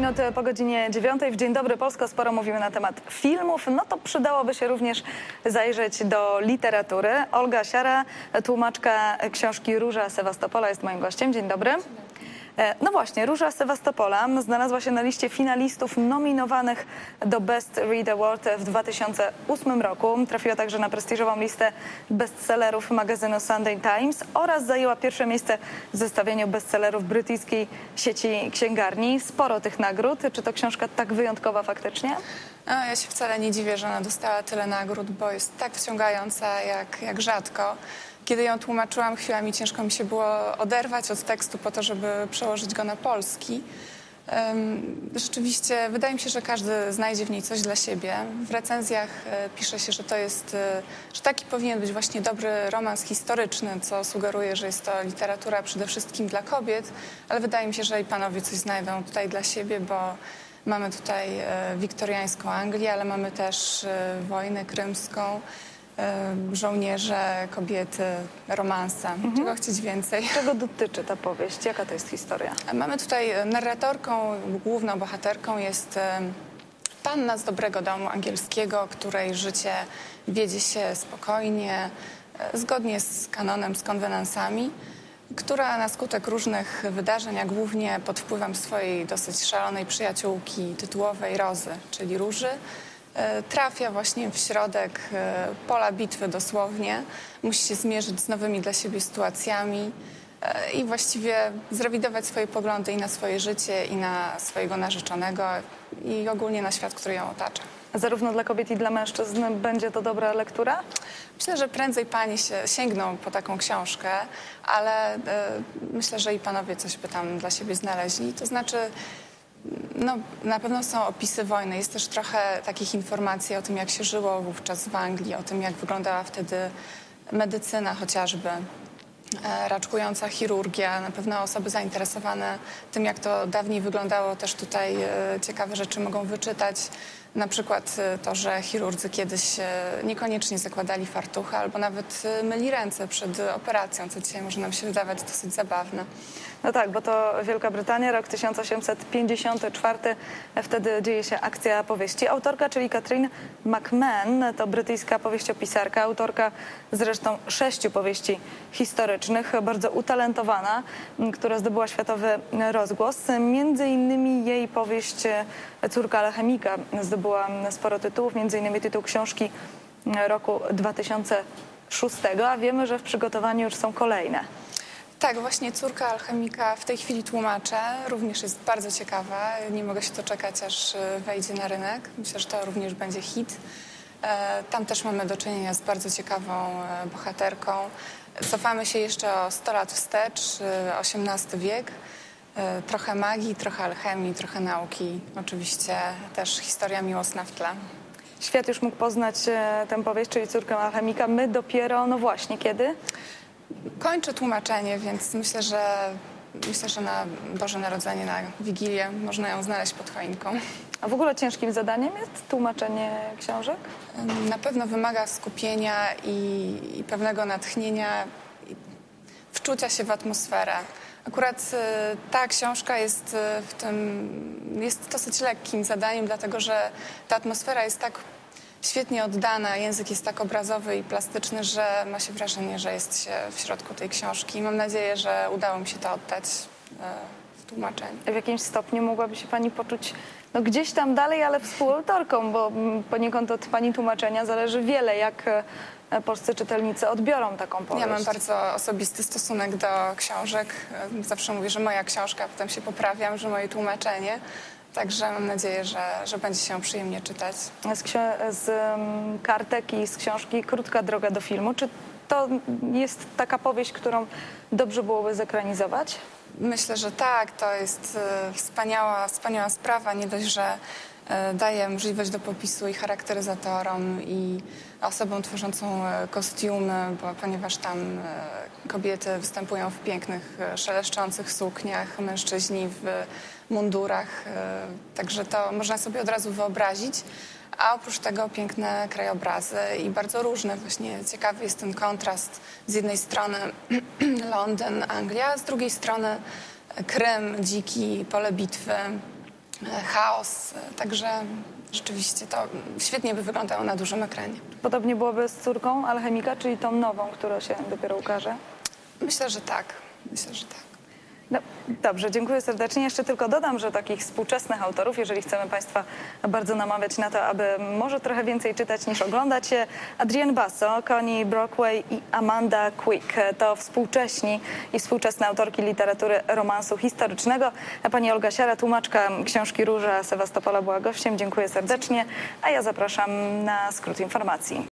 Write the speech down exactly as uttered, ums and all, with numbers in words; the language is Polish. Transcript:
minut po godzinie dziewiątej. W Dzień Dobry Polsko sporo mówimy na temat filmów, no to przydałoby się również zajrzeć do literatury. Olga Siara, tłumaczka książki Róża Sewastopola, jest moim gościem. Dzień dobry. No właśnie, Róża Sewastopola znalazła się na liście finalistów nominowanych do Best Read Award w dwa tysiące ósmym roku. Trafiła także na prestiżową listę bestsellerów magazynu Sunday Times oraz zajęła pierwsze miejsce w zestawieniu bestsellerów brytyjskiej sieci księgarni. Sporo tych nagród. Czy to książka tak wyjątkowa faktycznie? No, ja się wcale nie dziwię, że ona dostała tyle nagród, bo jest tak wciągająca jak, jak rzadko. Kiedy ją tłumaczyłam, chwilami ciężko mi się było oderwać od tekstu po to, żeby przełożyć go na polski. Rzeczywiście wydaje mi się, że każdy znajdzie w niej coś dla siebie. W recenzjach pisze się, że to jest, że taki powinien być właśnie dobry romans historyczny, co sugeruje, że jest to literatura przede wszystkim dla kobiet, ale wydaje mi się, że i panowie coś znajdą tutaj dla siebie, bo mamy tutaj wiktoriańską Anglię, ale mamy też wojnę krymską, żołnierze, kobiety, romansa. Mhm. Czego chcieć więcej? Czego dotyczy ta powieść? Jaka to jest historia? Mamy tutaj narratorką, główną bohaterką jest panna z dobrego domu angielskiego, której życie wiedzie się spokojnie, zgodnie z kanonem, z konwenansami, która na skutek różnych wydarzeń, a głównie pod wpływem swojej dosyć szalonej przyjaciółki tytułowej Rozy, czyli Róży, trafia właśnie w środek pola bitwy dosłownie. Musi się zmierzyć z nowymi dla siebie sytuacjami i właściwie zrewidować swoje poglądy i na swoje życie, i na swojego narzeczonego, i ogólnie na świat, który ją otacza. Zarówno dla kobiet, i dla mężczyzn będzie to dobra lektura? Myślę, że prędzej panie się sięgną po taką książkę, ale y, myślę, że i panowie coś by tam dla siebie znaleźli. To znaczy, no, na pewno są opisy wojny. Jest też trochę takich informacji o tym, jak się żyło wówczas w Anglii, o tym, jak wyglądała wtedy medycyna chociażby, e, raczkująca chirurgia. Na pewno osoby zainteresowane tym, jak to dawniej wyglądało, też tutaj e, ciekawe rzeczy mogą wyczytać. Na przykład to, że chirurdzy kiedyś niekoniecznie zakładali fartuchy albo nawet myli ręce przed operacją, co dzisiaj może nam się wydawać dosyć zabawne. No tak, bo to Wielka Brytania, rok tysiąc osiemset pięćdziesiąty czwarty, wtedy dzieje się akcja powieści. Autorka, czyli Catherine McMahon, to brytyjska powieściopisarka, autorka zresztą sześciu powieści historycznych, bardzo utalentowana, która zdobyła światowy rozgłos. Między innymi jej powieść Córka alchemika zdobyła sporo tytułów, między innymi tytuł książki roku dwa tysiące szóstego, a wiemy, że w przygotowaniu już są kolejne. Tak, właśnie Córka alchemika w tej chwili tłumaczę. Również jest bardzo ciekawa. Nie mogę się doczekać, aż wejdzie na rynek. Myślę, że to również będzie hit. Tam też mamy do czynienia z bardzo ciekawą bohaterką. Cofamy się jeszcze o sto lat wstecz, osiemnasty wiek. Trochę magii, trochę alchemii, trochę nauki. Oczywiście też historia miłosna w tle. Świat już mógł poznać tę powieść, czyli Córkę alchemika. My dopiero, no właśnie, kiedy? Kończę tłumaczenie, więc myślę, że myślę, że na Boże Narodzenie, na Wigilię można ją znaleźć pod choinką. A w ogóle ciężkim zadaniem jest tłumaczenie książek? Na pewno wymaga skupienia i, i pewnego natchnienia, i wczucia się w atmosferę. Akurat ta książka jest w tym, jest dosyć lekkim zadaniem, dlatego że ta atmosfera jest tak świetnie oddana, język jest tak obrazowy i plastyczny, że ma się wrażenie, że jest się w środku tej książki. Mam nadzieję, że udało mi się to oddać w tłumaczeniu. W jakimś stopniu mogłaby się pani poczuć no, gdzieś tam dalej, ale współautorką, bo poniekąd od pani tłumaczenia zależy wiele, jak polscy czytelnicy odbiorą taką powieść. Ja mam bardzo osobisty stosunek do książek. Zawsze mówię, że moja książka, a potem się poprawiam, że moje tłumaczenie. Także mam nadzieję, że, że będzie się przyjemnie czytać. Z, z um, kartek i z książki Krótka droga do filmu. Czy to jest taka powieść, którą dobrze byłoby zekranizować? Myślę, że tak. To jest e, wspaniała, wspaniała sprawa. Nie dość, że e, daje możliwość do popisu i charakteryzatorom, i osobom tworzącą e, kostiumy, bo, ponieważ tam e, kobiety występują w pięknych, e, szeleszczących sukniach, mężczyźni w mundurach. E, także to można sobie od razu wyobrazić. A oprócz tego piękne krajobrazy i bardzo różne. Właśnie ciekawy jest ten kontrast. Z jednej strony Londyn, Anglia, z drugiej strony Krym, dziki, pole bitwy. e, chaos. E, Także rzeczywiście to świetnie by wyglądało na dużym ekranie. Podobnie byłoby z córką alchemika, czyli tą nową, która się dopiero ukaże? Myślę, że tak. Myślę, że tak. No, dobrze, dziękuję serdecznie. Jeszcze tylko dodam, że takich współczesnych autorów, jeżeli chcemy Państwa bardzo namawiać na to, aby może trochę więcej czytać niż oglądać, Adrienne Basso, Connie Brockway i Amanda Quick to współcześni i współczesne autorki literatury romansu historycznego. A pani Olga Siara, tłumaczka książki Róża Sewastopola, była gościem. Dziękuję serdecznie, a ja zapraszam na skrót informacji.